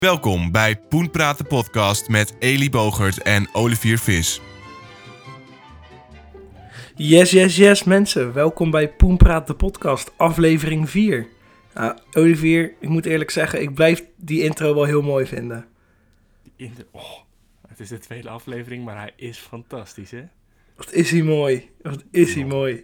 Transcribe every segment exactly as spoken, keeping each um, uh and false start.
Welkom bij Poen Praat de podcast met Eli Bogert en Olivier Vis. Yes, yes, yes mensen. Welkom bij Poen Praat de podcast, aflevering vier. Nou, Olivier, ik moet eerlijk zeggen, ik blijf die intro wel heel mooi vinden. Die intro, oh, het is de tweede aflevering, maar hij is fantastisch, hè? Wat is hij mooi. Wat is hij mooi.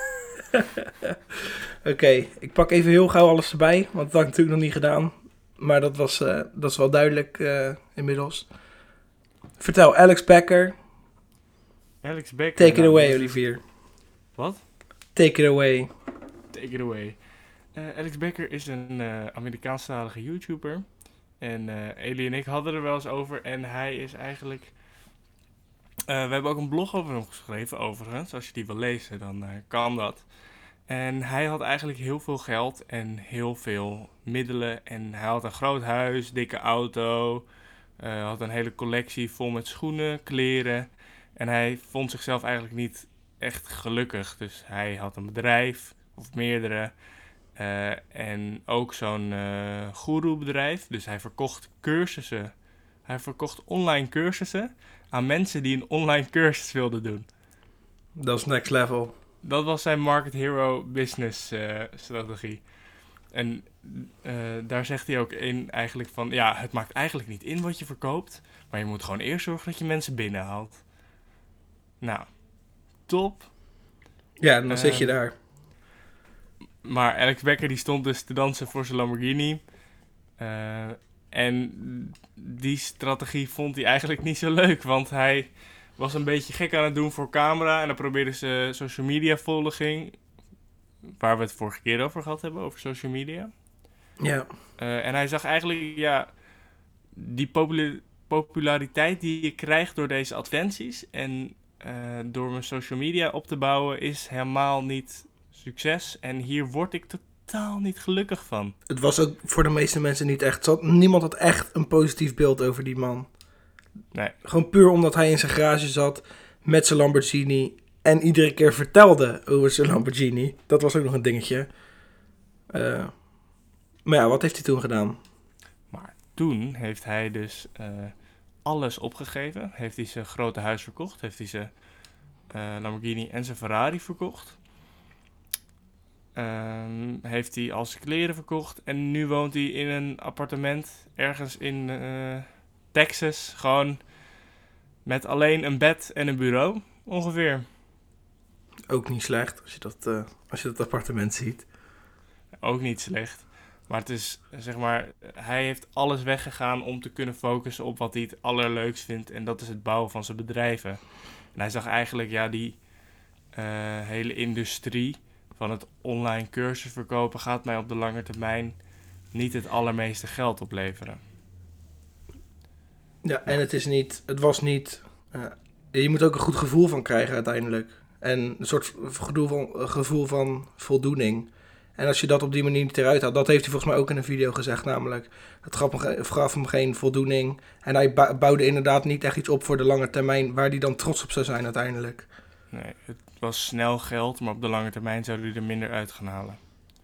Oké, okay, ik pak even heel gauw alles erbij, want dat had ik natuurlijk nog niet gedaan. Maar dat, was, uh, dat is wel duidelijk uh, inmiddels. Vertel, Alex Becker. Alex Becker. Take it away, nou, Olivier. Wat? Take it away. Take it away. Uh, Alex Becker is een uh, Amerikaanstalige YouTuber. En uh, Eli en ik hadden er wel eens over. En hij is eigenlijk... Uh, we hebben ook een blog over hem geschreven, overigens. Als je die wil lezen, dan uh, kan dat. En hij had eigenlijk heel veel geld en heel veel middelen. En hij had een groot huis, dikke auto. Uh, had een hele collectie vol met schoenen, kleren. En hij vond zichzelf eigenlijk niet echt gelukkig. Dus hij had een bedrijf, of meerdere. Uh, en ook zo'n uh, goeroe-bedrijf. Dus hij verkocht cursussen. Hij verkocht online cursussen aan mensen die een online cursus wilden doen. Dat is next level. Dat was zijn Market Hero business uh, strategie. En uh, daar zegt hij ook in eigenlijk van... Ja, het maakt eigenlijk niet in wat je verkoopt. Maar je moet gewoon eerst zorgen dat je mensen binnenhaalt. Nou, top. Ja, dan uh, zit je daar. Maar Alex Becker die stond dus te dansen voor zijn Lamborghini. Uh, en die strategie vond hij eigenlijk niet zo leuk. Want hij was een beetje gek aan het doen voor camera. En dan probeerde ze social media volging. Waar we het vorige keer over gehad hebben, over social media. Ja. Uh, en hij zag eigenlijk, ja, die popula- populariteit die je krijgt door deze advertenties. En uh, door mijn social media op te bouwen is helemaal niet succes. En hier word ik totaal niet gelukkig van. Het was ook voor de meeste mensen niet echt. Zat, niemand had echt een positief beeld over die man. Nee. Gewoon puur omdat hij in zijn garage zat met zijn Lamborghini en iedere keer vertelde over zijn Lamborghini. Dat was ook nog een dingetje. Uh, maar ja, wat heeft hij toen gedaan? Maar toen heeft hij dus uh, alles opgegeven. Heeft hij zijn grote huis verkocht. Heeft hij zijn uh, Lamborghini en zijn Ferrari verkocht. Um, heeft hij al zijn kleren verkocht. En nu woont hij in een appartement ergens in uh, Texas. Gewoon met alleen een bed en een bureau ongeveer. Ook niet slecht als je dat, uh, als je dat appartement ziet. Ook niet slecht. Maar het is, zeg maar, hij heeft alles weggegaan om te kunnen focussen op wat hij het allerleukst vindt. En dat is het bouwen van zijn bedrijven. En hij zag eigenlijk, ja, die uh, hele industrie van het online cursus verkopen gaat mij op de lange termijn niet het allermeeste geld opleveren. Ja, en het is niet, het was niet, uh, je moet ook een goed gevoel van krijgen uiteindelijk. En een soort gevoel van, gevoel van voldoening. En als je dat op die manier niet eruit had, dat heeft hij volgens mij ook in een video gezegd namelijk. Het gaf hem, gaf hem geen voldoening. En hij bouwde inderdaad niet echt iets op voor de lange termijn waar hij dan trots op zou zijn uiteindelijk. Nee, het was snel geld, maar op de lange termijn zou hij er minder uit gaan halen.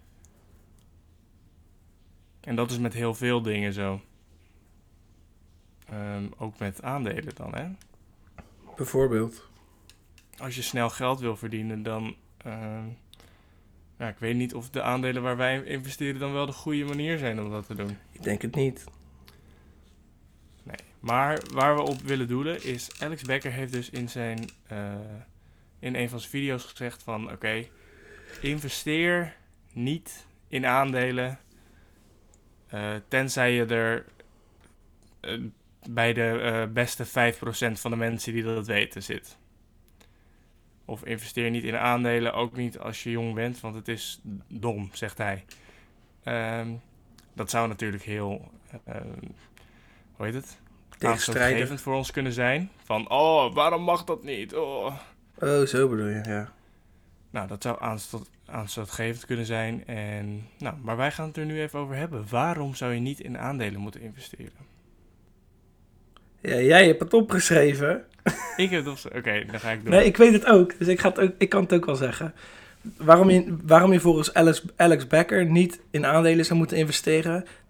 En dat is met heel veel dingen zo. Um, ook met aandelen dan, hè? Bijvoorbeeld. Als je snel geld wil verdienen, dan... Uh, ja, ik weet niet of de aandelen waar wij investeren dan wel de goede manier zijn om dat te doen. Ik denk het niet. Nee, maar waar we op willen doelen is... Alex Becker heeft dus in zijn... Uh, in een van zijn video's gezegd van... Oké, okay, investeer niet in aandelen... Uh, tenzij je er... Uh, bij de uh, beste vijf procent van de mensen die dat weten zit. Of investeer niet in aandelen, ook niet als je jong bent, want het is dom, zegt hij. Um, dat zou natuurlijk heel, uh, hoe heet het? Aanstootgevend voor ons kunnen zijn. Van, oh, waarom mag dat niet? Oh, oh zo bedoel je, ja. Nou, dat zou aanstoot, aanstootgevend kunnen zijn. En, nou, maar wij gaan het er nu even over hebben. Waarom zou je niet in aandelen moeten investeren? Ja, jij hebt het opgeschreven. Ik heb het opgeschreven. Oké, okay, dan ga ik door. Nee, ik weet het ook. Dus ik, ga het ook, ik kan het ook wel zeggen. Waarom je, waarom je volgens Alex, Alex Becker niet in aandelen zou moeten investeren...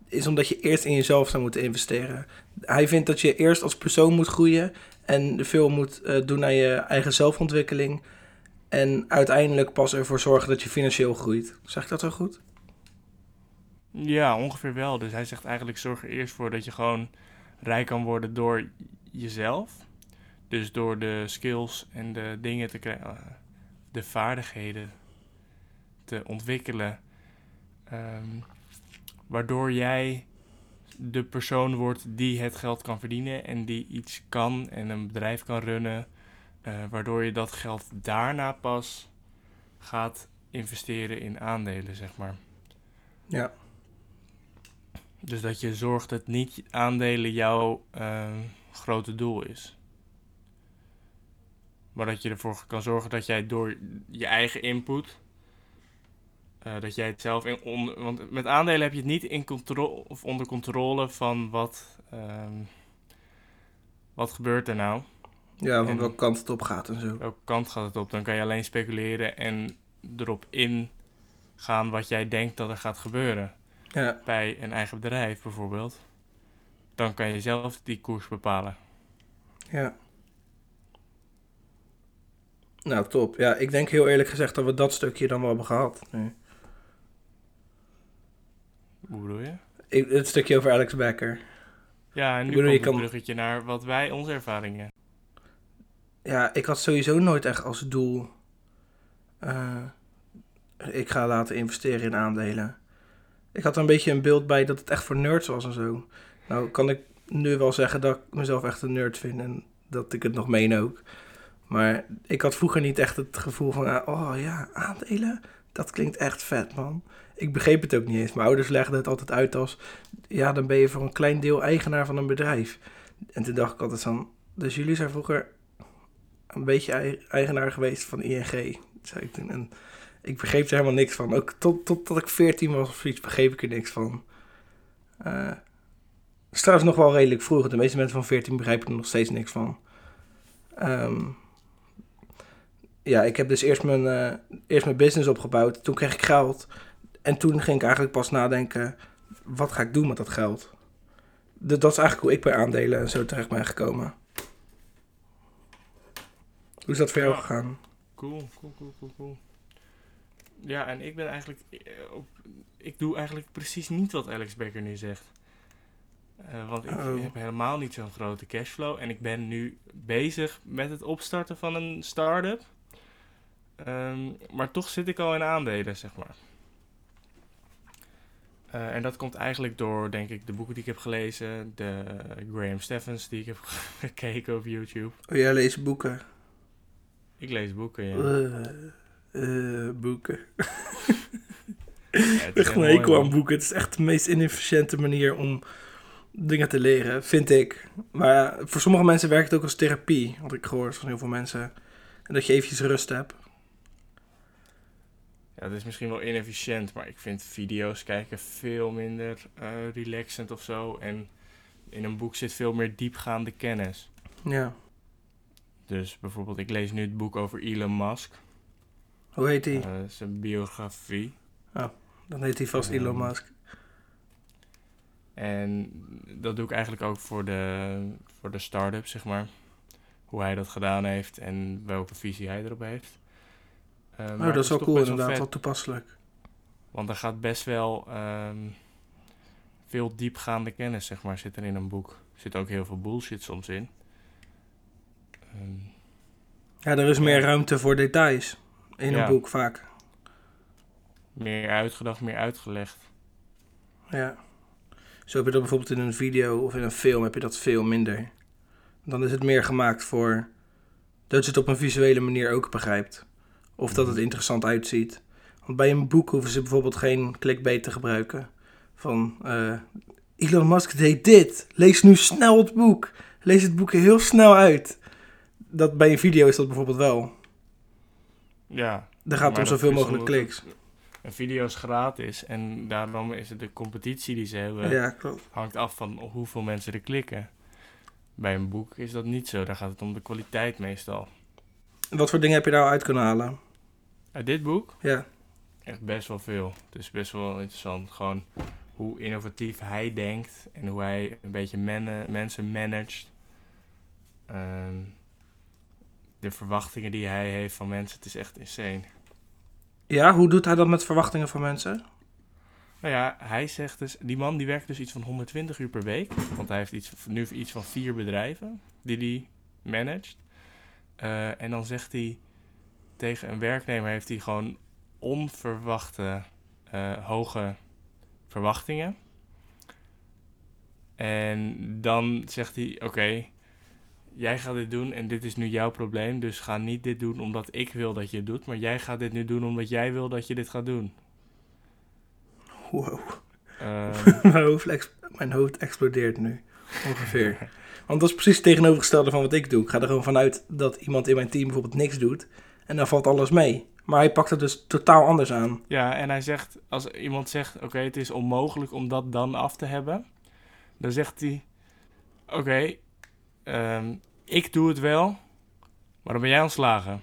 is omdat je eerst in jezelf zou moeten investeren. Hij vindt dat je eerst als persoon moet groeien en veel moet uh, doen aan je eigen zelfontwikkeling. En uiteindelijk pas ervoor zorgen dat je financieel groeit. Zeg ik dat zo goed? Ja, ongeveer wel. Dus hij zegt eigenlijk zorg er eerst voor dat je gewoon rijk kan worden door jezelf. Dus door de skills en de dingen te krijgen, de vaardigheden te ontwikkelen. Um, waardoor jij de persoon wordt die het geld kan verdienen en die iets kan en een bedrijf kan runnen. Uh, waardoor je dat geld daarna pas gaat investeren in aandelen, zeg maar. Ja. Dus dat je zorgt dat niet aandelen jouw uh, grote doel is. Maar dat je ervoor kan zorgen dat jij door je eigen input, uh, dat jij het zelf in on, want met aandelen heb je het niet in controle of onder controle van wat, um, wat gebeurt er nou. Ja, van welke kant het op gaat en zo. Welke kant gaat het op? Dan kan je alleen speculeren en erop ingaan wat jij denkt dat er gaat gebeuren. Ja. Bij een eigen bedrijf bijvoorbeeld. Dan kan je zelf die koers bepalen. Ja. Nou, top. Ja, ik denk heel eerlijk gezegd dat we dat stukje dan wel hebben gehad. Nu. Hoe bedoel je? Ik, het stukje over Alex Becker. Ja, en nu bedoel, komt kan... een bruggetje naar wat wij, onze ervaringen. Ja, ik had sowieso nooit echt als doel... Uh, ik ga laten investeren in aandelen. Ik had er een beetje een beeld bij dat het echt voor nerds was en zo. Nou kan ik nu wel zeggen dat ik mezelf echt een nerd vind en dat ik het nog meen ook. Maar ik had vroeger niet echt het gevoel van, oh ja, aandelen, dat klinkt echt vet, man. Ik begreep het ook niet eens. Mijn ouders legden het altijd uit als, ja, dan ben je voor een klein deel eigenaar van een bedrijf. En toen dacht ik altijd van, dus jullie zijn vroeger een beetje eigenaar geweest van I N G, zei ik toen. En ik begreep er helemaal niks van. Ook tot, totdat ik veertien was of zoiets, begreep ik er niks van. Uh, het is trouwens nog wel redelijk vroeg. De meeste mensen van veertien begrijpen er nog steeds niks van. Um, ja, ik heb dus eerst mijn, uh, eerst mijn business opgebouwd. Toen kreeg ik geld. En toen ging ik eigenlijk pas nadenken, wat ga ik doen met dat geld? De, dat is eigenlijk hoe ik bij aandelen en zo terecht ben gekomen. Hoe is dat voor jou Ja. gegaan? Cool, cool, cool, cool, cool. Ja, en ik ben eigenlijk... Op, ik doe eigenlijk precies niet wat Alex Becker nu zegt. Uh, want ik oh. heb helemaal niet zo'n grote cashflow. En ik ben nu bezig met het opstarten van een start-up. Um, maar toch zit ik al in aandelen, zeg maar. Uh, en dat komt eigenlijk door, denk ik, de boeken die ik heb gelezen. De Graham Steffens die ik heb gekeken op YouTube. Oh, jij leest boeken? Ik lees boeken, ja. Uh, uh, boeken. Ja, echt een hekel aan boeken. Het is echt de meest inefficiënte manier om dingen te leren, vind ik. Maar voor sommige mensen werkt het ook als therapie, had ik gehoord van heel veel mensen. En dat je eventjes rust hebt. Ja, het is misschien wel inefficiënt, maar ik vind video's kijken veel minder uh, relaxend of zo. En in een boek zit veel meer diepgaande kennis. Ja. Dus bijvoorbeeld, ik lees nu het boek over Elon Musk. Hoe heet hij? Uh, zijn biografie. Oh, dan heet hij vast um, Elon Musk. En dat doe ik eigenlijk ook voor de, voor de start-up, zeg maar. Hoe hij dat gedaan heeft en welke visie hij erop heeft. Uh, oh, dat is wel cool inderdaad, wel, wel toepasselijk. Want er gaat best wel um, veel diepgaande kennis, zeg maar, zit er in een boek. Er zit ook heel veel bullshit soms in. Um, ja, er is meer ja. ruimte voor details in ja. een boek vaak. Meer uitgedacht, meer uitgelegd. Ja. Zo heb je dat bijvoorbeeld in een video of in een film heb je dat veel minder. Dan is het meer gemaakt voor dat je het op een visuele manier ook begrijpt. Of dat het interessant uitziet. Want bij een boek hoeven ze bijvoorbeeld geen clickbait te gebruiken. Van, uh, Elon Musk deed dit. Lees nu snel het boek. Lees het boek heel snel uit. Dat, bij een video is dat bijvoorbeeld wel. Ja. Daar gaat om zoveel mogelijk kliks. Een video is gratis en daarom is het de competitie die ze hebben. Ja, klopt. Hangt af van hoeveel mensen er klikken. Bij een boek is dat niet zo. Daar gaat het om de kwaliteit meestal. Wat voor dingen heb je nou uit kunnen halen? Uit dit boek? Ja. Echt best wel veel. Het is best wel interessant. Gewoon hoe innovatief hij denkt en hoe hij een beetje men- mensen managt. Uh, de verwachtingen die hij heeft van mensen, het is echt insane. Ja, hoe doet hij dat met verwachtingen van mensen? Nou ja, hij zegt dus, die man die werkt dus iets van honderdtwintig uur per week. Want hij heeft iets, nu iets van vier bedrijven die hij managt. Uh, en dan zegt hij tegen een werknemer heeft hij gewoon onverwachte uh, hoge verwachtingen. En dan zegt hij, oké, okay, jij gaat dit doen en dit is nu jouw probleem. Dus ga niet dit doen omdat ik wil dat je het doet. Maar jij gaat dit nu doen omdat jij wil dat je dit gaat doen. Wow. Um, mijn, hoofd ex- mijn hoofd explodeert nu, ongeveer. Want dat is precies het tegenovergestelde van wat ik doe. Ik ga er gewoon vanuit dat iemand in mijn team bijvoorbeeld niks doet. En dan valt alles mee. Maar hij pakt het dus totaal anders aan. Ja, en hij zegt, als iemand zegt, oké, okay, het is onmogelijk om dat dan af te hebben. Dan zegt hij, oké, okay, um, ik doe het wel, maar dan ben jij ontslagen.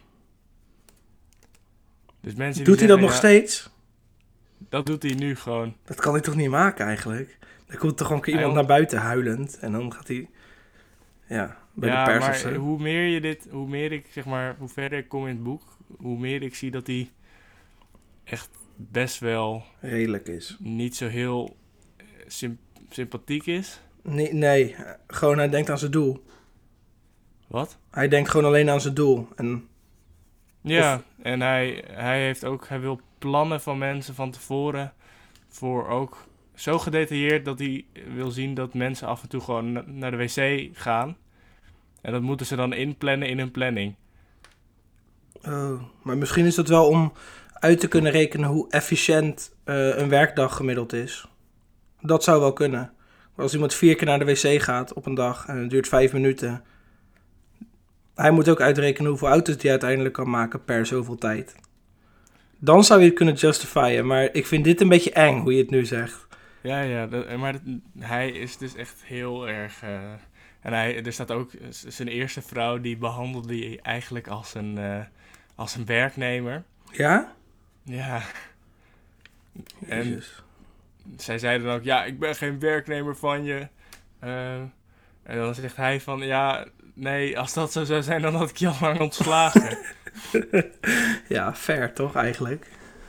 Dus mensen doet die hij zeggen, dat nog ja, steeds? Dat doet hij nu gewoon. Dat kan hij toch niet maken eigenlijk? Dan komt toch gewoon een keer iemand hij naar buiten huilend. En dan gaat hij, ja, bij ja, de pers maar of zo. hoe meer je dit, hoe meer ik, zeg maar, hoe verder ik kom in het boek, hoe meer ik zie dat hij echt best wel redelijk is. Niet zo heel symp- sympathiek is. Nee, nee, gewoon hij denkt aan zijn doel. Wat? Hij denkt gewoon alleen aan zijn doel. En ja, of... en hij, hij heeft ook, hij wil plannen van mensen van tevoren voor ook zo gedetailleerd dat hij wil zien dat mensen af en toe gewoon na- naar de wc gaan. En dat moeten ze dan inplannen in hun planning. Oh, maar misschien is dat wel om uit te kunnen rekenen hoe efficiënt uh, een werkdag gemiddeld is. Dat zou wel kunnen. Maar als iemand vier keer naar de wc gaat op een dag en het duurt vijf minuten. Hij moet ook uitrekenen hoeveel auto's hij uiteindelijk kan maken per zoveel tijd. Dan zou je het kunnen justifyen, maar ik vind dit een beetje eng hoe je het nu zegt. Ja, ja, dat, maar dat, hij is dus echt heel erg... Uh, en hij, er staat ook zijn eerste vrouw, die behandelde hij eigenlijk als een, uh, als een werknemer. Ja? Ja. En Jezus. zij zei dan ook, ja, ik ben geen werknemer van je. Uh, en dan zegt hij van, ja, nee, als dat zo zou zijn, dan had ik je al lang ontslagen. Ja, fair toch eigenlijk?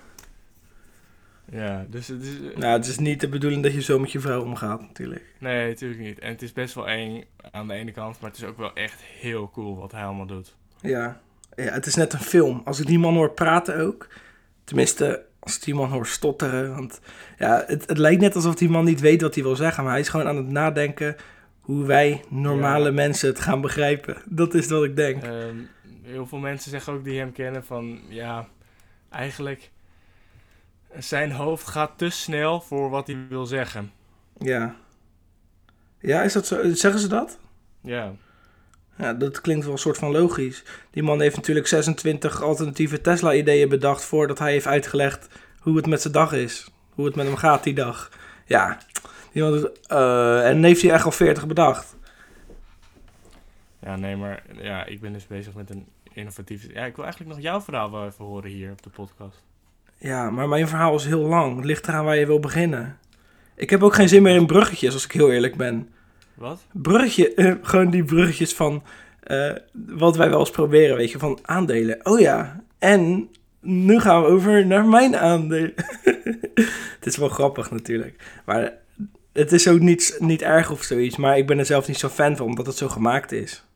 Ja, dus het is... Uh, nou, het is niet de bedoeling dat je zo met je vrouw omgaat natuurlijk. Nee, natuurlijk niet. En het is best wel eng aan de ene kant, maar het is ook wel echt heel cool wat hij allemaal doet. Ja, ja, het is net een film. Als ik die man hoor praten ook, tenminste... Als ik die man hoor stotteren, want ja, het, het lijkt net alsof die man niet weet wat hij wil zeggen, maar hij is gewoon aan het nadenken hoe wij normale ja. mensen het gaan begrijpen. Dat is wat ik denk. Um, heel veel mensen zeggen ook die hem kennen van, ja, eigenlijk zijn hoofd gaat te snel voor wat hij wil zeggen. Ja. Ja, is dat zo? Zeggen ze dat? Ja. Ja, dat klinkt wel een soort van logisch. Die man heeft natuurlijk zesentwintig alternatieve Tesla-ideeën bedacht voordat hij heeft uitgelegd hoe het met zijn dag is. Hoe het met hem gaat die dag. Ja, die man, uh, en heeft hij echt al veertig bedacht. Ja, nee, maar ja, ik ben dus bezig met een innovatieve... Ja, ik wil eigenlijk nog jouw verhaal wel even horen hier op de podcast. Ja, maar mijn verhaal is heel lang. Het ligt eraan waar je wil beginnen. Ik heb ook geen zin meer in bruggetjes, als ik heel eerlijk ben. Wat? Bruggetje, uh, gewoon die bruggetjes van uh, wat wij wel eens proberen, weet je, van aandelen. Oh ja, en nu gaan we over naar mijn aandelen. Het is wel grappig natuurlijk, maar het is ook niet, niet erg of zoiets, maar ik ben er zelf niet zo fan van, omdat het zo gemaakt is.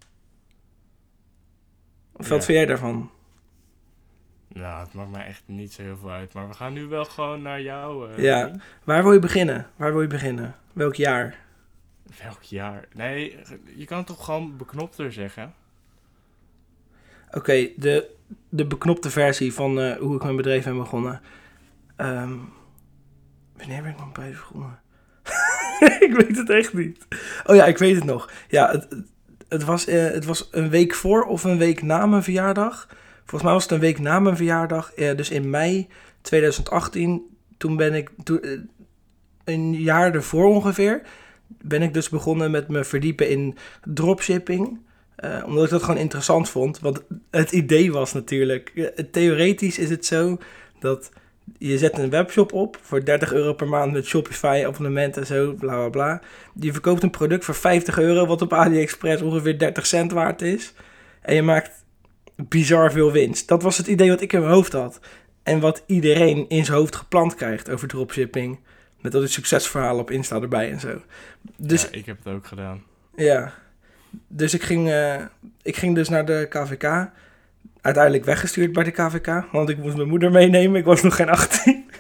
Of wat ja. vind jij daarvan? Nou, het maakt mij echt niet zo heel veel uit, maar we gaan nu wel gewoon naar jou. Uh, ja, ding. Waar wil je beginnen? Waar wil je beginnen? Welk jaar? Welk jaar? Nee, je kan toch gewoon beknopter zeggen? Oké, okay, de, de beknopte versie van uh, hoe ik mijn bedrijf ben begonnen. Um, wanneer ben ik mijn bedrijf begonnen? Ik weet het echt niet. Oh ja, ik weet het nog. Ja, het, het, was, uh, het was een week voor of een week na mijn verjaardag. Volgens mij was het een week na mijn verjaardag. Uh, dus in mei twintig achttien, toen ben ik... Toen, uh, een jaar ervoor ongeveer... ben ik dus begonnen met me verdiepen in dropshipping. Uh, omdat ik dat gewoon interessant vond. Want het idee was natuurlijk... Uh, theoretisch is het zo dat Je zet een webshop op voor dertig euro per maand met Shopify, abonnementen en zo, bla bla bla. Je verkoopt een product voor vijftig euro, wat op AliExpress ongeveer dertig cent waard is. En je maakt bizar veel winst. Dat was het idee wat ik in mijn hoofd had. En wat iedereen in zijn hoofd geplant krijgt over dropshipping. Met al die succesverhalen op Insta erbij en zo. Dus, ja, ik heb het ook gedaan. Ja. Dus ik ging, uh, ik ging dus naar de K V K. Uiteindelijk weggestuurd bij de K V K. Want ik moest mijn moeder meenemen. Ik was nog geen achttien.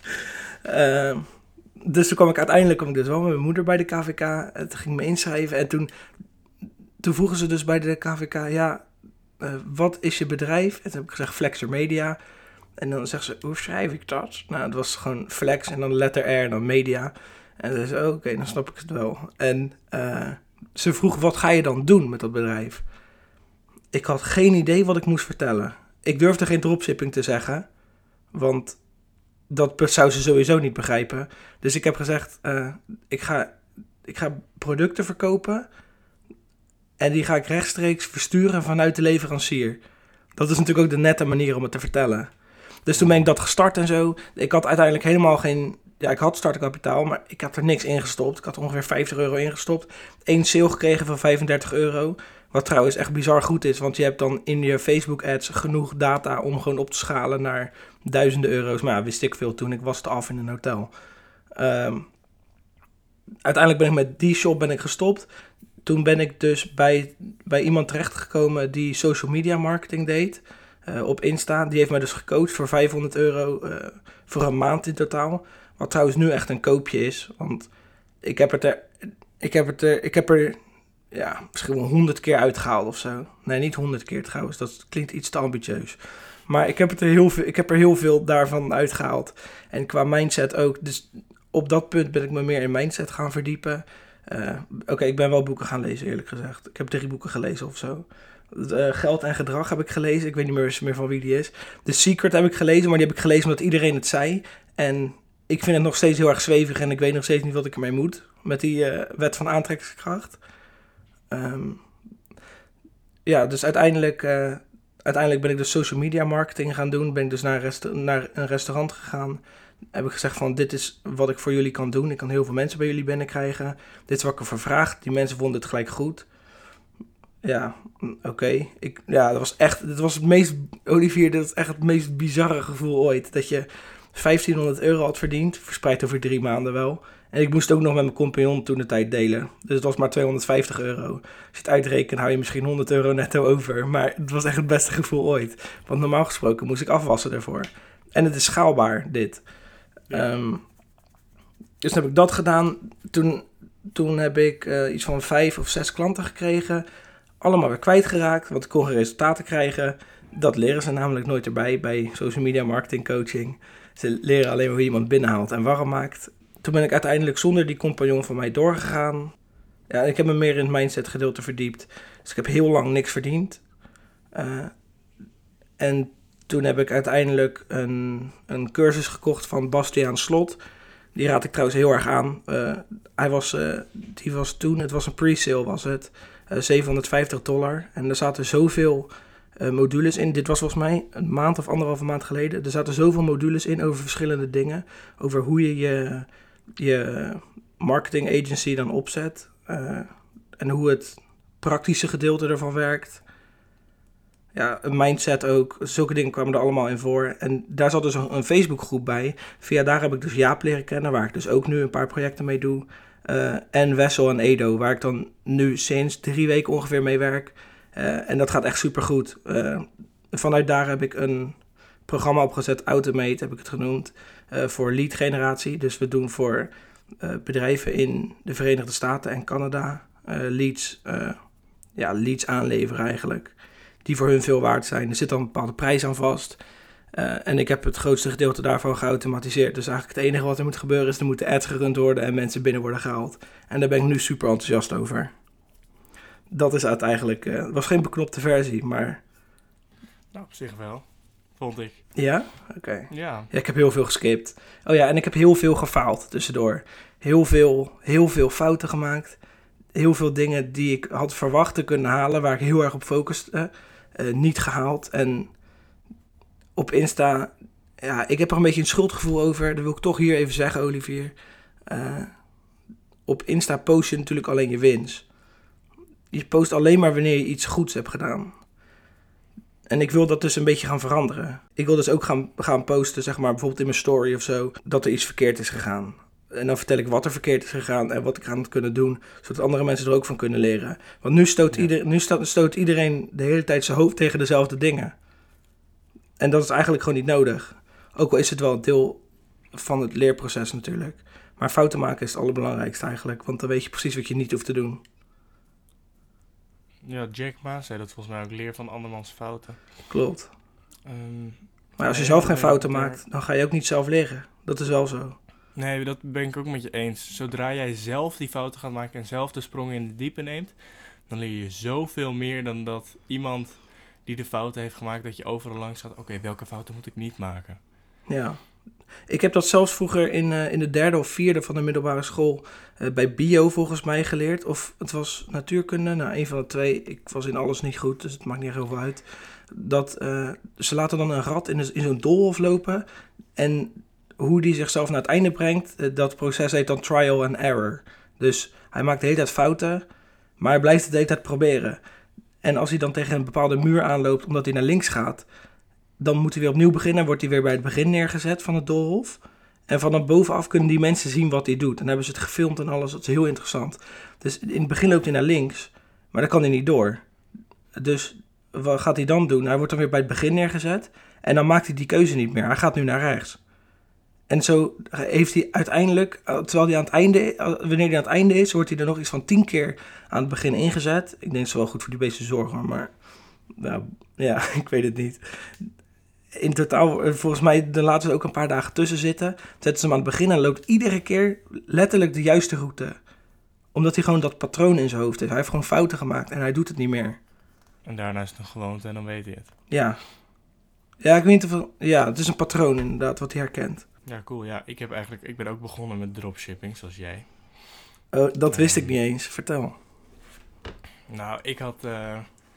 uh, dus toen kwam ik uiteindelijk kwam ik dus wel met mijn moeder bij de K V K. En toen ging ik me inschrijven. En toen, toen vroegen ze dus bij de K V K... Ja, uh, wat is je bedrijf? En toen heb ik gezegd Flexer Media. En dan zegt ze, hoe schrijf ik dat? Nou, het was gewoon Flex en dan de letter R en dan Media. En ze zei, oké, okay, dan snap ik het wel. En uh, ze vroeg, wat ga je dan doen met dat bedrijf? Ik had geen idee wat ik moest vertellen. Ik durfde geen dropshipping te zeggen, want dat zou ze sowieso niet begrijpen. Dus ik heb gezegd, uh, ik, ga, ik ga producten verkopen en die ga ik rechtstreeks versturen vanuit de leverancier. Dat is natuurlijk ook de nette manier om het te vertellen. Dus toen ben ik dat gestart en zo. Ik had uiteindelijk helemaal geen... Ja, ik had startkapitaal, maar ik had er niks in gestopt. Ik had er ongeveer vijftig euro ingestopt. Eén sale gekregen van vijfendertig euro. Wat trouwens echt bizar goed is. Want je hebt dan in je Facebook ads genoeg data om gewoon op te schalen naar duizenden euro's. Maar ja, wist ik veel toen. Ik was het af in een hotel. Um, uiteindelijk ben ik met die shop ben ik gestopt. Toen ben ik dus bij, bij iemand terechtgekomen die social media marketing deed. Uh, op Insta. Die heeft mij dus gecoacht voor vijfhonderd euro uh, voor een maand in totaal. Wat trouwens nu echt een koopje is. Want ik heb het er... Ik heb het er... Ik heb er... Ja, misschien wel honderd keer uitgehaald of zo. Nee, niet honderd keer trouwens. Dat klinkt iets te ambitieus. Maar ik heb, het er heel veel, ik heb er heel veel daarvan uitgehaald. En qua mindset ook. Dus op dat punt ben ik me meer in mindset gaan verdiepen. Uh, Oké, okay, ik ben wel boeken gaan lezen, eerlijk gezegd. Ik heb drie boeken gelezen of zo. Uh, Geld en Gedrag heb ik gelezen. Ik weet niet meer, meer van wie die is. The Secret heb ik gelezen, maar die heb ik gelezen omdat iedereen het zei. En ik vind het nog steeds heel erg zwevig en ik weet nog steeds niet wat ik ermee moet. Met die uh, wet van aantrekkingskracht. Um, ja, dus uiteindelijk, uh, uiteindelijk ben ik dus social media marketing gaan doen. Ben ik dus naar een, resta- naar een restaurant gegaan. Heb ik gezegd van, dit is wat ik voor jullie kan doen. Ik kan heel veel mensen bij jullie binnenkrijgen. Dit is wat ik ervoor vraag. Die mensen vonden het gelijk goed. Ja, oké. Okay. Ja, dat was echt, dat was het meest, Olivier, dat was echt het meest bizarre gevoel ooit. Dat je vijftienhonderd euro had verdiend, verspreid over drie maanden wel. En ik moest het ook nog met mijn compagnon toen de tijd delen. Dus het was maar tweehonderdvijftig euro. Als je het uitrekent, hou je misschien honderd euro netto over. Maar het was echt het beste gevoel ooit. Want normaal gesproken moest ik afwassen ervoor. En het is schaalbaar, dit. Ja. Um, dus toen heb ik dat gedaan. Toen, toen heb ik uh, iets van vijf of zes klanten gekregen. Allemaal weer kwijtgeraakt, want ik kon geen resultaten krijgen. Dat leren ze namelijk nooit erbij bij social media marketing coaching. Ze leren alleen maar hoe je iemand binnenhaalt en warm maakt. Toen ben ik uiteindelijk zonder die compagnon van mij doorgegaan. Ja, ik heb me meer in het mindset gedeelte verdiept. Dus ik heb heel lang niks verdiend. Uh, en toen heb ik uiteindelijk een, een cursus gekocht van Bastiaan Slot. Die raad ik trouwens heel erg aan. Uh, hij was, uh, die was toen, het was een pre-sale was het. Uh, zevenhonderdvijftig dollar. En er zaten zoveel uh, modules in. Dit was volgens mij een maand of anderhalve maand geleden. Er zaten zoveel modules in over verschillende dingen. Over hoe je je, je marketing agency dan opzet. Uh, en hoe het praktische gedeelte ervan werkt. Ja, een mindset ook. Zulke dingen kwamen er allemaal in voor. En daar zat dus een, een Facebookgroep bij. Via daar heb ik dus Jaap leren kennen. Waar ik dus ook nu een paar projecten mee doe. Uh, en Wessel en Edo, waar ik dan nu sinds drie weken ongeveer mee werk. Uh, en dat gaat echt supergoed. Uh, vanuit daar heb ik een programma opgezet, Automate heb ik het genoemd, uh, voor lead generatie. Dus we doen voor uh, bedrijven in de Verenigde Staten en Canada uh, leads, uh, ja, leads aanleveren eigenlijk. Die voor hun veel waard zijn. Er zit dan een bepaalde prijs aan vast. Uh, en ik heb het grootste gedeelte daarvan geautomatiseerd. Dus eigenlijk het enige wat er moet gebeuren is, er moeten ads gerund worden en mensen binnen worden gehaald. En daar ben ik nu super enthousiast over. Dat is uiteindelijk, uh, het was geen beknopte versie, maar... Nou, op zich wel, vond ik. Ja? Oké. Okay. Ja. Ja, ik heb heel veel geskipt. Oh ja, en ik heb heel veel gefaald tussendoor. Heel veel, heel veel fouten gemaakt. Heel veel dingen die ik had verwacht te kunnen halen, waar ik heel erg op focuste, uh, niet gehaald. En... Op Insta ja, ik heb er een beetje een schuldgevoel over. Dat wil ik toch hier even zeggen, Olivier. Uh, op Insta post je natuurlijk alleen je wins. Je post alleen maar wanneer je iets goeds hebt gedaan. En ik wil dat dus een beetje gaan veranderen. Ik wil dus ook gaan, gaan posten, zeg maar, bijvoorbeeld in mijn story of zo, dat er iets verkeerd is gegaan. En dan vertel ik wat er verkeerd is gegaan en wat ik aan het kunnen doen, zodat andere mensen er ook van kunnen leren. Want nu stoot, ja. ieder, nu stoot, stoot iedereen de hele tijd zijn hoofd tegen dezelfde dingen. En dat is eigenlijk gewoon niet nodig. Ook al is het wel een deel van het leerproces natuurlijk. Maar fouten maken is het allerbelangrijkste eigenlijk, want dan weet je precies wat je niet hoeft te doen. Ja, Jack Ma zei dat volgens mij ook, leer van andermans fouten. Klopt. Um, maar als je nee, zelf geen fouten daar... maakt, dan ga je ook niet zelf leren. Dat is wel zo. Nee, dat ben ik ook met je eens. Zodra jij zelf die fouten gaat maken en zelf de sprong in de diepe neemt, dan leer je zoveel meer dan dat iemand die de fouten heeft gemaakt, dat je overal langs gaat, oké, okay, welke fouten moet ik niet maken? Ja. Ik heb dat zelfs vroeger in, uh, in de derde of vierde van de middelbare school uh, bij bio volgens mij geleerd. Of het was natuurkunde, nou een van de twee. Ik was in alles niet goed, dus het maakt niet heel veel uit. Dat uh, ze laten dan een rat in, een, in zo'n doolhof lopen. En hoe die zichzelf naar het einde brengt, uh, dat proces heet dan trial and error. Dus hij maakt de hele tijd fouten, maar hij blijft het de hele tijd proberen. En als hij dan tegen een bepaalde muur aanloopt omdat hij naar links gaat, dan moet hij weer opnieuw beginnen. Wordt hij weer bij het begin neergezet van het doolhof. En vanaf bovenaf kunnen die mensen zien wat hij doet. En dan hebben ze het gefilmd en alles. Dat is heel interessant. Dus in het begin loopt hij naar links. Maar dan kan hij niet door. Dus wat gaat hij dan doen? Hij wordt dan weer bij het begin neergezet. En dan maakt hij die keuze niet meer. Hij gaat nu naar rechts. En zo heeft hij uiteindelijk, terwijl hij aan het einde, wanneer hij aan het einde is, wordt hij er nog iets van tien keer aan het begin ingezet. Ik denk dat is wel goed voor die beesten zorgen, maar nou, ja, ik weet het niet. In totaal, volgens mij, dan laten ze ook een paar dagen tussen zitten. Zetten ze hem aan het begin en loopt iedere keer letterlijk de juiste route. Omdat hij gewoon dat patroon in zijn hoofd heeft. Hij heeft gewoon fouten gemaakt en hij doet het niet meer. En daarna is het een gewoonte en dan weet hij het. Ja. Ja, ik weet niet of... Ja, het is een patroon inderdaad, wat hij herkent. Ja, cool. Ja, ik heb eigenlijk... Ik ben ook begonnen met dropshipping, zoals jij. Oh, dat wist um, ik niet eens. Vertel. Nou, ik had... Uh,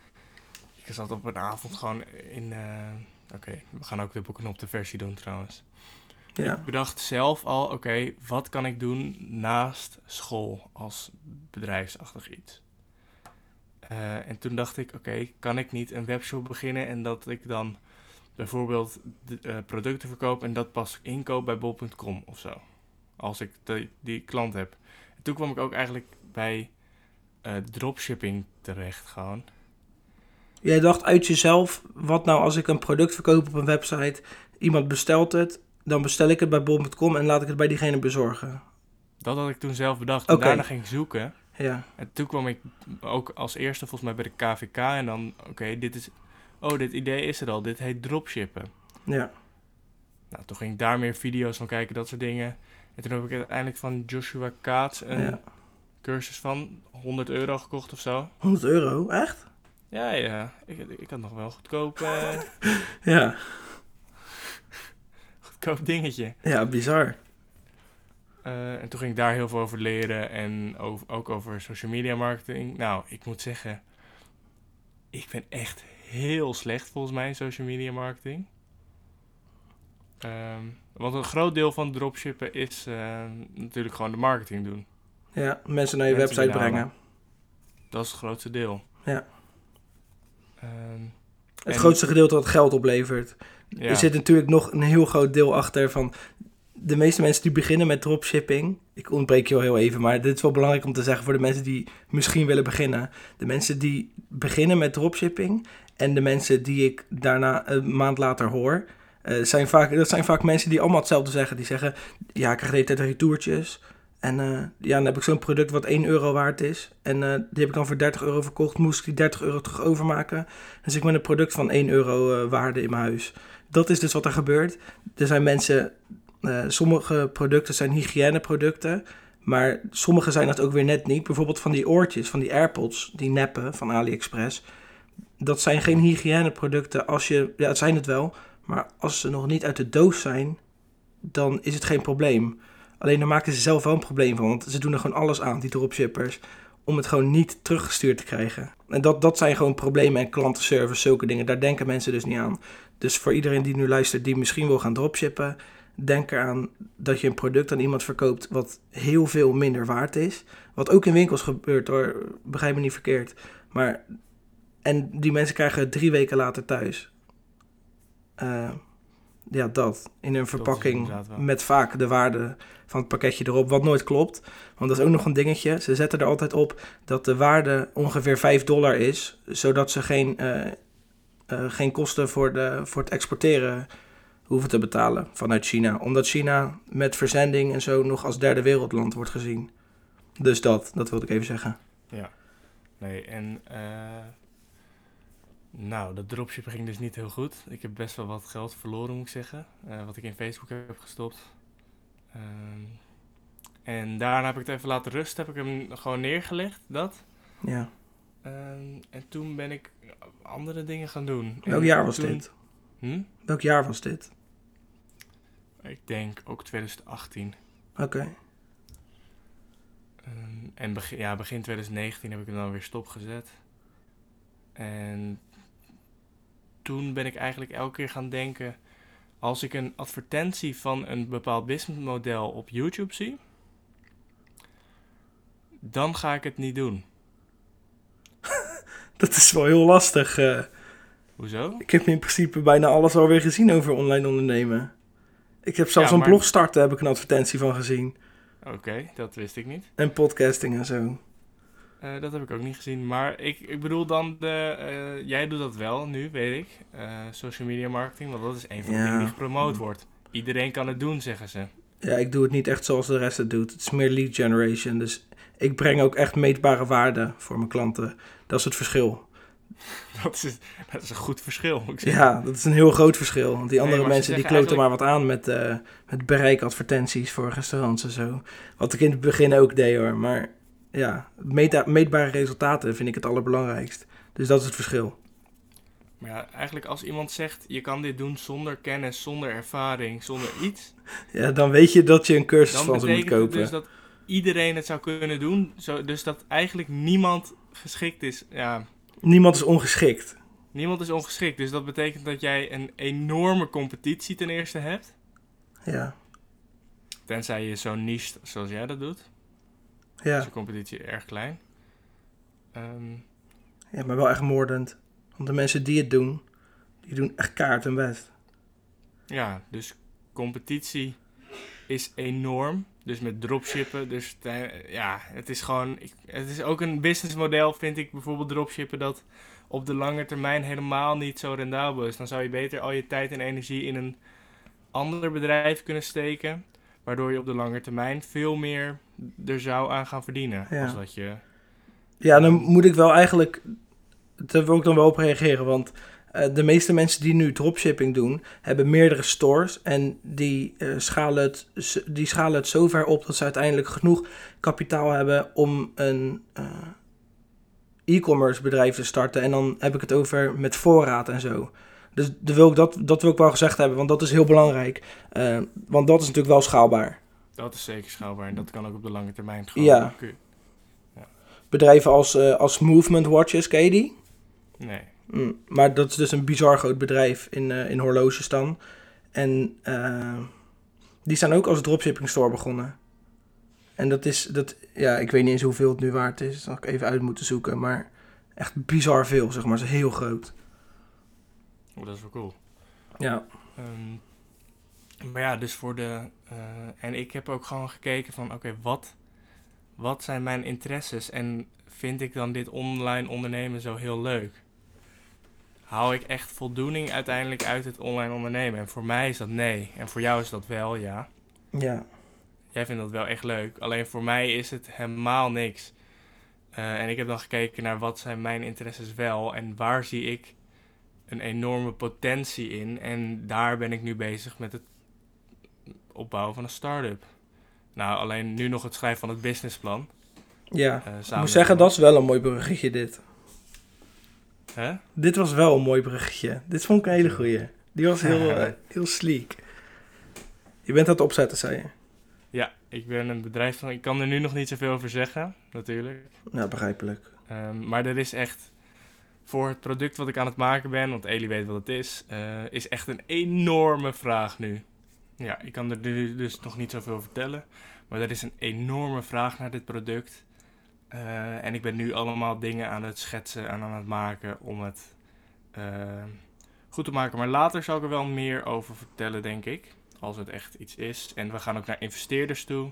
ik zat op een avond gewoon in... Uh, Oké, okay, we gaan ook de boekenopte versie doen trouwens. Ja. Ik bedacht zelf al, oké, okay, wat kan ik doen naast school als bedrijfsachtig iets? Uh, en toen dacht ik, oké, okay, kan ik niet een webshop beginnen en dat ik dan bijvoorbeeld de, uh, producten verkoop en dat pas inkoop bij bol punt com of zo. Als ik de, die klant heb. En toen kwam ik ook eigenlijk bij uh, dropshipping terecht gewoon. Jij dacht uit jezelf, wat nou als ik een product verkoop op een website, iemand bestelt het, dan bestel ik het bij bol punt com en laat ik het bij diegene bezorgen. Dat had ik toen zelf bedacht. En okay. daarna ging ik zoeken. Ja. En toen kwam ik ook als eerste volgens mij bij de K V K en dan, oké, okay, dit is, oh, dit idee is er al, dit heet dropshippen. Ja. Nou, toen ging ik daar meer video's van kijken, dat soort dingen. En toen heb ik uiteindelijk van Joshua Kaats een ja. cursus van honderd euro gekocht of zo. honderd euro? Echt? Ja, ja. Ik, ik had nog wel goedkoop... Uh, ja. goedkoop dingetje. Ja, bizar. Uh, en toen ging ik daar heel veel over leren en over, ook over social media marketing. Nou, ik moet zeggen, ik ben echt heel slecht volgens mij in social media marketing. Um, want een groot deel van dropshippen is uh, natuurlijk gewoon de marketing doen. Ja, mensen naar je mensen website brengen. Dat is het grootste deel. Ja. Um, het grootste gedeelte wat geld oplevert. Ja. Er zit natuurlijk nog een heel groot deel achter van... De meeste mensen die beginnen met dropshipping... Ik ontbreek je wel heel even, maar dit is wel belangrijk om te zeggen... voor de mensen die misschien willen beginnen. De mensen die beginnen met dropshipping... en de mensen die ik daarna een maand later hoor... Uh, zijn vaak, dat zijn vaak mensen die allemaal hetzelfde zeggen. Die zeggen, ja, ik krijg de hele tijd retourtjes... En uh, ja, dan heb ik zo'n product wat één euro waard is. En uh, die heb ik dan voor dertig euro verkocht. Moest ik die dertig euro terug overmaken. Dan zit ik met een product van één euro uh, waarde in mijn huis. Dat is dus wat er gebeurt. Er zijn mensen... Uh, sommige producten zijn hygiëneproducten. Maar sommige zijn dat ook weer net niet. Bijvoorbeeld van die oortjes, van die AirPods. Die neppen van AliExpress. Dat zijn geen hygiëneproducten als je... Ja, het zijn het wel. Maar als ze nog niet uit de doos zijn... dan is het geen probleem. Alleen daar maken ze zelf wel een probleem van. Want ze doen er gewoon alles aan, die dropshippers. om het gewoon niet teruggestuurd te krijgen. En dat, dat zijn gewoon problemen en klantenservice, zulke dingen. Daar denken mensen dus niet aan. Dus voor iedereen die nu luistert, die misschien wil gaan dropshippen, denk eraan dat je een product aan iemand verkoopt wat heel veel minder waard is. Wat ook in winkels gebeurt hoor, begrijp me niet verkeerd. Maar, en die mensen krijgen het drie weken later thuis. Uh, ja, dat. In een verpakking met vaak de waarde van het pakketje erop, wat nooit klopt. Want dat is ook nog een dingetje. Ze zetten er altijd op dat de waarde ongeveer vijf dollar is, zodat ze geen, uh, uh, geen kosten voor, de, voor het exporteren hoeven te betalen vanuit China. Omdat China met verzending en zo nog als derde wereldland wordt gezien. Dus dat, dat wilde ik even zeggen. Ja, nee, en uh, nou, dat dropshippen ging dus niet heel goed. Ik heb best wel wat geld verloren, moet ik zeggen, uh, wat ik in Facebook heb gestopt. Uh, en daarna heb ik het even laten rusten, heb ik hem gewoon neergelegd, dat. Ja. Uh, en toen ben ik andere dingen gaan doen. Welk en jaar was toen, dit? Hm? Welk jaar was dit? Ik denk ook twintig achttien. Oké. Okay. Um, en begin, ja, begin twintig negentien heb ik hem dan weer stopgezet. En toen ben ik eigenlijk elke keer gaan denken, als ik een advertentie van een bepaald businessmodel op YouTube zie, dan ga ik het niet doen. Dat is wel heel lastig. Uh, Hoezo? Ik heb in principe bijna alles alweer gezien over online ondernemen. Ik heb zelfs ja, maar... een blog starten, heb ik een advertentie van gezien. Oké, okay, dat wist ik niet. En podcasting en zo. Uh, dat heb ik ook niet gezien. Maar ik, ik bedoel dan, de, uh, jij doet dat wel nu, weet ik. Uh, social media marketing, want dat is een van de ja. dingen die gepromoot wordt. Iedereen kan het doen, zeggen ze. Ja, ik doe het niet echt zoals de rest het doet. Het is meer lead generation. Dus ik breng ook echt meetbare waarde voor mijn klanten. Dat is het verschil. Dat is, dat is een goed verschil, moet ik zeggen. Ja, dat is een heel groot verschil. Want die andere nee, mensen die kloten eigenlijk... maar wat aan met, uh, met bereikadvertenties voor restaurants en zo. Wat ik in het begin ook deed hoor. Maar ja, meet- meetbare resultaten vind ik het allerbelangrijkst. Dus dat is het verschil. Maar ja, eigenlijk als iemand zegt, je kan dit doen zonder kennis, zonder ervaring, zonder iets. Ja, dan weet je dat je een cursus van ze moet kopen. Dan betekent het dus dat iedereen het zou kunnen doen. Zo, dus dat eigenlijk niemand geschikt is. Ja. Niemand is ongeschikt. Niemand is ongeschikt. Dus dat betekent dat jij een enorme competitie ten eerste hebt. Ja. Tenzij je zo'n niche zoals jij dat doet. Ja. Is de competitie erg klein. Um, ja, maar wel echt moordend. Want de mensen die het doen, die doen echt kaart hun best. Ja, dus competitie is enorm. Dus met dropshippen. Dus ja, het is gewoon... Ik, het is ook een businessmodel, vind ik, bijvoorbeeld dropshippen, dat op de lange termijn helemaal niet zo rendabel is. Dan zou je beter al je tijd en energie in een ander bedrijf kunnen steken, waardoor je op de lange termijn veel meer er zou aan gaan verdienen. Ja. Als dat je... Ja, dan moet ik wel eigenlijk... Daar wil ik dan wel op reageren, want uh, de meeste mensen die nu dropshipping doen, hebben meerdere stores en die, uh, schalen het, die schalen het zo ver op dat ze uiteindelijk genoeg kapitaal hebben om een uh, e-commerce bedrijf te starten. En dan heb ik het over met voorraad en zo. Dus dat wil ik, dat, dat wil ik wel gezegd hebben, want dat is heel belangrijk. Uh, want dat is natuurlijk wel schaalbaar. Dat is zeker schaalbaar en dat kan ook op de lange termijn gewoon. Ja. ja. Bedrijven als, uh, als Movement Watches, ken je die? Nee. Mm, maar dat is dus een bizar groot bedrijf in, uh, in horloges dan. En uh, die zijn ook als dropshipping store begonnen. En dat is, dat, ja, ik weet niet eens hoeveel het nu waard is. Dat zal ik even uit moeten zoeken. Maar echt bizar veel, zeg maar. Ze is heel groot. Oh, dat is wel cool. Ja. Um, maar ja, dus voor de... Uh, en ik heb ook gewoon gekeken van, oké, okay, wat, wat zijn mijn interesses? En vind ik dan dit online ondernemen zo heel leuk? Hou ik echt voldoening uiteindelijk uit het online ondernemen? En voor mij is dat nee. En voor jou is dat wel, ja. Ja. Jij vindt dat wel echt leuk. Alleen voor mij is het helemaal niks. Uh, en ik heb dan gekeken naar wat zijn mijn interesses wel. En waar zie ik een enorme potentie in. En daar ben ik nu bezig met het opbouwen van een start-up. Nou, alleen nu nog het schrijven van het businessplan. Ja, uh, ik moet zeggen, dat is wel een mooi bruggetje dit. Huh? Dit was wel een mooi bruggetje. Dit vond ik een hele goeie. Die was heel, uh, heel sleek. Je bent aan het opzetten, zei je. Ja, ik ben een bedrijf van... Ik kan er nu nog niet zoveel over zeggen, natuurlijk. Ja, begrijpelijk. Um, maar er is echt... Voor het product wat ik aan het maken ben, want Eli weet wat het is... Uh, is echt een enorme vraag nu. Ja, ik kan er nu dus nog niet zoveel over vertellen. Maar er is een enorme vraag naar dit product. Uh, en ik ben nu allemaal dingen aan het schetsen en aan het maken om het uh, goed te maken. Maar later zal ik er wel meer over vertellen, denk ik. Als het echt iets is. En we gaan ook naar investeerders toe.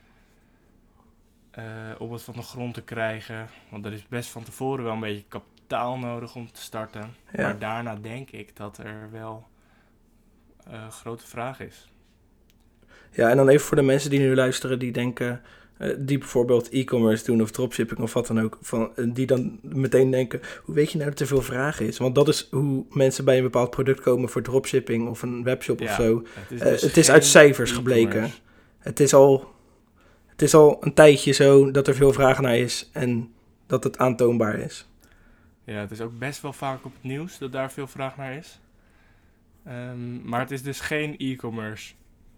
Uh, om het van de grond te krijgen. Want er is best van tevoren wel een beetje kapitaal nodig om te starten. Ja. Maar daarna denk ik dat er wel een uh, grote vraag is. Ja, en dan even voor de mensen die nu luisteren die denken... Uh, die bijvoorbeeld e-commerce doen of dropshipping of wat dan ook. Van, uh, die dan meteen denken, hoe weet je nou dat er veel vraag is? Want dat is hoe mensen bij een bepaald product komen voor dropshipping of een webshop ja, of zo. Het is, dus uh, het is uit cijfers e-commerce. gebleken. Het is, al, het is al een tijdje zo dat er veel vraag naar is en dat het aantoonbaar is. Ja, het is ook best wel vaak op het nieuws dat daar veel vraag naar is. Um, maar het is dus geen e-commerce.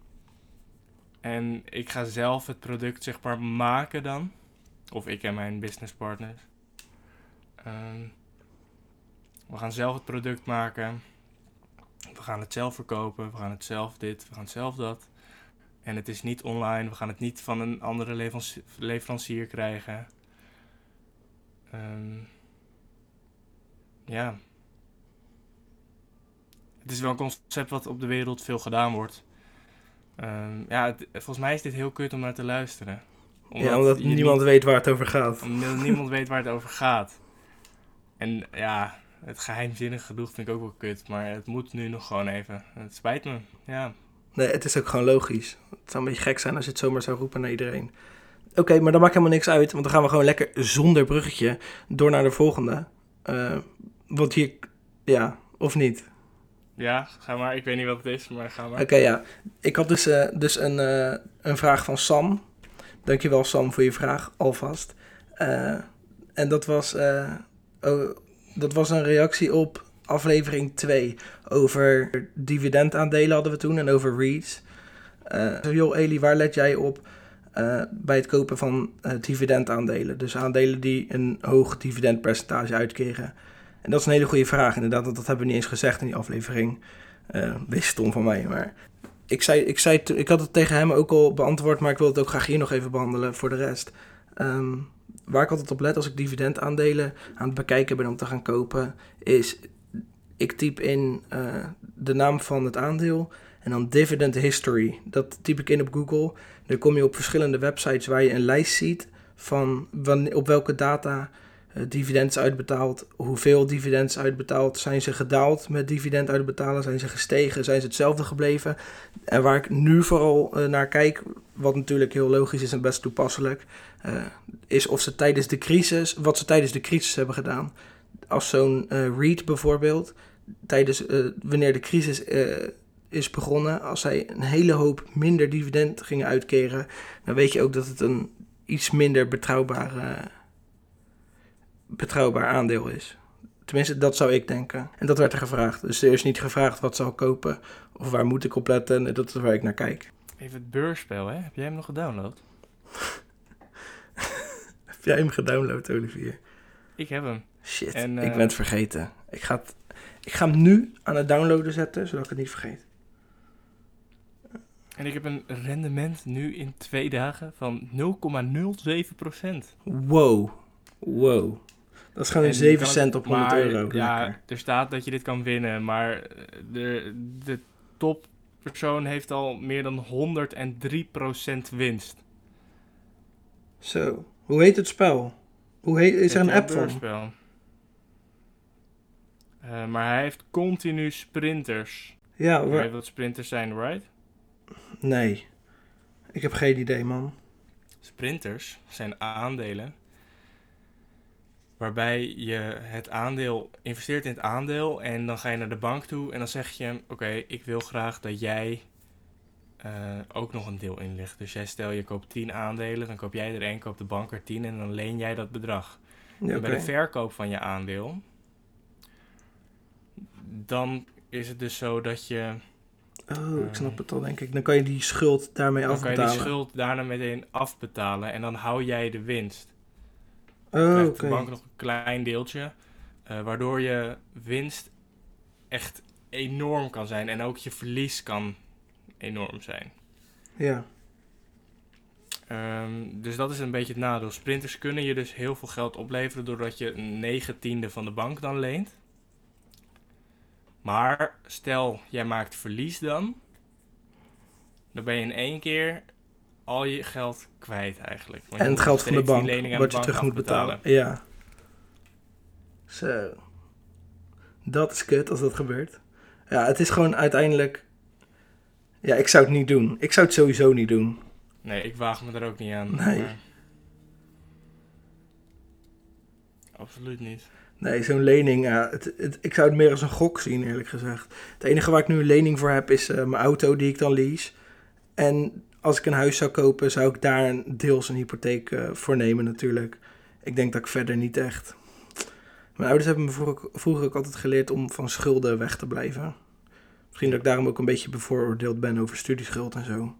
En ik ga zelf het product zeg maar maken dan. Of ik en mijn businesspartners. Um, we gaan zelf het product maken. We gaan het zelf verkopen. We gaan het zelf dit. We gaan het zelf dat. En het is niet online. We gaan het niet van een andere leveranci- leverancier krijgen. Um, ja. Het is wel een concept wat op de wereld veel gedaan wordt. Um, ja, het, volgens mij is dit heel kut om naar te luisteren. Omdat ja, omdat niemand niet, weet waar het over gaat. Omdat niemand weet waar het over gaat. En ja, het geheimzinnige gedoe vind ik ook wel kut. Maar het moet nu nog gewoon even. Het spijt me, ja. Nee, het is ook gewoon logisch. Het zou een beetje gek zijn als je het zomaar zou roepen naar iedereen. Oké, okay, maar dat maakt helemaal niks uit. Want dan gaan we gewoon lekker zonder bruggetje door naar de volgende. Uh, want hier, ja, of niet? Ja, ga maar. Ik weet niet wat het is, maar ga maar. Oké, okay, ja. Ik had dus, uh, dus een, uh, een vraag van Sam. Dankjewel Sam voor je vraag, alvast. Uh, en dat was, uh, oh, dat was een reactie op aflevering twee. Over dividendaandelen hadden we toen en over REITs. Uh, joh Eli, waar let jij op uh, bij het kopen van uh, dividendaandelen? Dus aandelen die een hoog dividendpercentage uitkeren. En dat is een hele goede vraag inderdaad, want dat hebben we niet eens gezegd in die aflevering. Uh, wees stom van mij, maar... Ik, zei, ik, zei to- ik had het tegen hem ook al beantwoord, maar ik wil het ook graag hier nog even behandelen voor de rest. Um, waar ik altijd op let als ik dividendaandelen aan het bekijken ben om te gaan kopen, is ik type in uh, de naam van het aandeel en dan dividend history. Dat type ik in op Google. Dan kom je op verschillende websites waar je een lijst ziet van wanneer, op welke data uh, dividends uitbetaald, hoeveel dividends uitbetaald, zijn ze gedaald met dividend uitbetalen, zijn ze gestegen, zijn ze hetzelfde gebleven. En waar ik nu vooral uh, naar kijk, wat natuurlijk heel logisch is en best toepasselijk, uh, is of ze tijdens de crisis, wat ze tijdens de crisis hebben gedaan. Als zo'n uh, REIT bijvoorbeeld, tijdens uh, wanneer de crisis uh, is begonnen, als zij een hele hoop minder dividend gingen uitkeren, dan weet je ook dat het een iets minder betrouwbaar, uh, betrouwbaar aandeel is. Tenminste, dat zou ik denken. En dat werd er gevraagd. Dus er is niet gevraagd wat zal ik kopen of waar moet ik op letten. En dat is waar ik naar kijk. Even het beursspel, hè? Heb jij hem nog gedownload? Heb jij hem gedownload, Olivier? Ik heb hem. Shit, en, uh... ik ben het vergeten. Ik ga, het, ik ga hem nu aan het downloaden zetten, zodat ik het niet vergeet. En ik heb een rendement nu in twee dagen van nul komma nul zeven procent. Wow. Wow. Dat is gewoon en zeven cent op honderd maar, euro. Ja, lekker. Er staat dat je dit kan winnen, maar de, de toppersoon heeft al meer dan honderddrie procent winst. Zo. Hoe heet het spel? Hoe heet, is er een app van? Uh, maar hij heeft continu sprinters. Ja, Je waar... weet wat sprinters zijn, right? Nee. Ik heb geen idee, man. Sprinters zijn aandelen waarbij je het aandeel investeert in het aandeel en dan ga je naar de bank toe en dan zeg je, oké, okay, ik wil graag dat jij uh, ook nog een deel inlegt. Dus jij stel je koopt tien aandelen, dan koop jij er één, koopt de bank er tien en dan leen jij dat bedrag. Ja, en okay. Bij de verkoop van je aandeel, dan is het dus zo dat je Oh, ik snap het al, denk ik. Dan kan je die schuld daarmee Dan afbetalen. kan je die schuld daarna meteen afbetalen en dan hou jij de winst. Dan Oh, krijgt oké. de bank nog een klein deeltje, uh, waardoor je winst echt enorm kan zijn en ook je verlies kan enorm zijn. Ja. Um, dus dat is een beetje het nadeel. Sprinters kunnen je dus heel veel geld opleveren doordat je een negentiende van de bank dan leent. Maar stel, jij maakt verlies dan, dan ben je in één keer al je geld kwijt eigenlijk. Want En je het moet geld van de steeds die bank, lening aan wat de je bank terug moet betalen. afbetalen. Ja. Zo. Dat is kut als dat gebeurt. Ja, het is gewoon uiteindelijk... Ja, ik zou het niet doen. Ik zou het sowieso niet doen. Nee, ik waag me er ook niet aan. Nee. Maar... Absoluut niet. Nee, zo'n lening, ja, het, het, ik zou het meer als een gok zien, eerlijk gezegd. Het enige waar ik nu een lening voor heb, is uh, mijn auto die ik dan lease. En als ik een huis zou kopen, zou ik daar een, deels een hypotheek uh, voor nemen natuurlijk. Ik denk dat ik verder niet echt... Mijn ouders hebben me vroeger, vroeger ook altijd geleerd om van schulden weg te blijven. Misschien dat ik daarom ook een beetje bevooroordeeld ben over studieschuld en zo.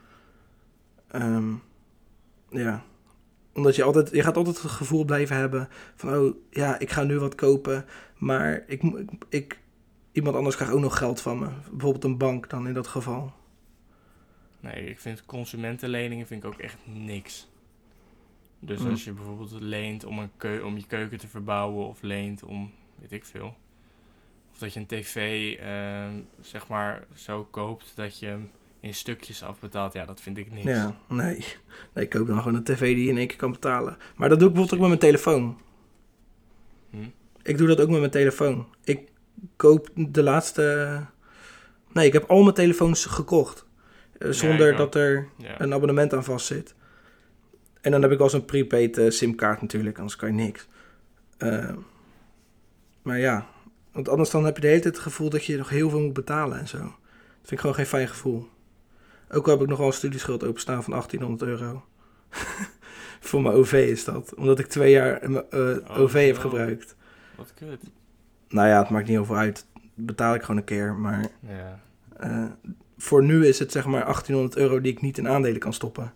Um, ja... Omdat je altijd, je gaat altijd het gevoel blijven hebben van, oh ja, ik ga nu wat kopen, maar ik, ik, ik, iemand anders krijgt ook nog geld van me. Bijvoorbeeld een bank dan in dat geval. Nee, ik vind consumentenleningen vind ik ook echt niks. Dus Mm. als je bijvoorbeeld leent om, een keu- om je keuken te verbouwen of leent om, weet ik veel. Of dat je een tv, uh, zeg maar, zo koopt dat je hem in stukjes afbetaalt. Ja, dat vind ik niks. Ja, nee. nee. Ik koop dan gewoon een tv die je in één keer kan betalen. Maar dat doe ik bijvoorbeeld ook met mijn telefoon. Hm? Ik doe dat ook met mijn telefoon. Ik koop de laatste... Nee, ik heb al mijn telefoons gekocht. Uh, zonder ja, dat er ja. een abonnement aan vast zit. En dan heb ik wel zo'n prepaid uh, simkaart natuurlijk, anders kan je niks. Uh, maar ja, want anders dan heb je de hele tijd het gevoel dat je nog heel veel moet betalen en zo. Dat vind ik gewoon geen fijn gevoel. Ook al heb ik nog wel een studieschuld openstaan van achttienhonderd euro. Voor mijn O V is dat. Omdat ik twee jaar mijn uh, oh, O V heb oh. gebruikt. Wat kut. Nou ja, het maakt niet heel veel uit. Betaal ik gewoon een keer. Maar Ja. uh, voor nu is het zeg maar achttienhonderd euro die ik niet in aandelen kan stoppen.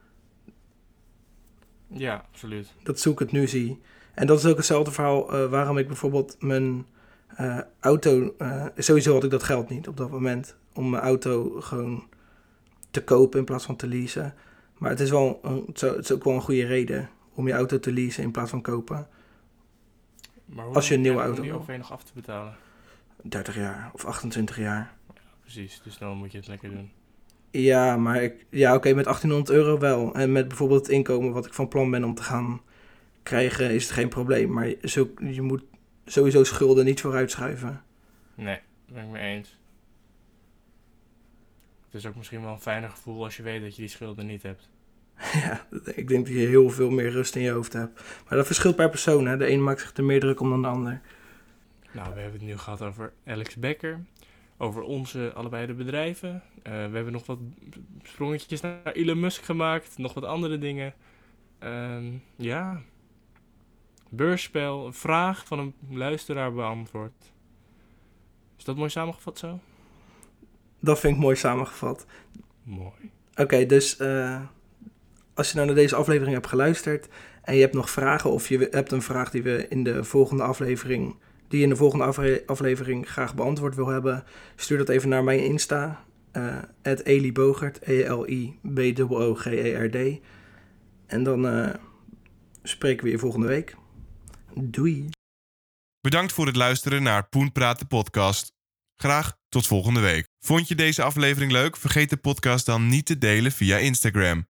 Ja, absoluut. Dat is hoe ik het nu zie. En dat is ook hetzelfde verhaal uh, waarom ik bijvoorbeeld mijn uh, auto... Uh, sowieso had ik dat geld niet op dat moment. Om mijn auto gewoon te kopen in plaats van te leasen. Maar het is, wel een, het is ook wel een goede reden om je auto te leasen in plaats van kopen. Maar hoe Als je een nieuwe om auto die wil. O V nog af te betalen? dertig jaar of achtentwintig jaar. Ja, precies, dus dan moet je het lekker doen. Ja, maar ik, ja, oké, okay, met achttienhonderd euro wel. En met bijvoorbeeld het inkomen wat ik van plan ben om te gaan krijgen, is het geen probleem. Maar zo, je moet sowieso schulden niet vooruit schuiven. Nee, daar ben ik mee eens. Het is ook misschien wel een fijner gevoel als je weet dat je die schulden niet hebt. Ja, ik denk dat je heel veel meer rust in je hoofd hebt. Maar dat verschilt per persoon, hè. De een maakt zich er meer druk om dan de ander. Nou, we hebben het nu gehad over Alex Becker. Over onze allebei de bedrijven. Uh, we hebben nog wat sprongetjes naar Elon Musk gemaakt. Nog wat andere dingen. Um, ja. Beursspel. Een vraag van een luisteraar beantwoord. Is dat mooi samengevat zo? Dat vind ik mooi samengevat. Mooi. Oké, okay, dus uh, als je nou naar deze aflevering hebt geluisterd en je hebt nog vragen of je hebt een vraag die we in de volgende aflevering, die je in de volgende afle- aflevering graag beantwoord wil hebben, stuur dat even naar mijn Insta, uh, at Eli Bogert, E L I B O O G E R D. En dan uh, spreken we je volgende week. Doei. Bedankt voor het luisteren naar Poen Praat de podcast. Graag tot volgende week. Vond je deze aflevering leuk? Vergeet de podcast dan niet te delen via Instagram.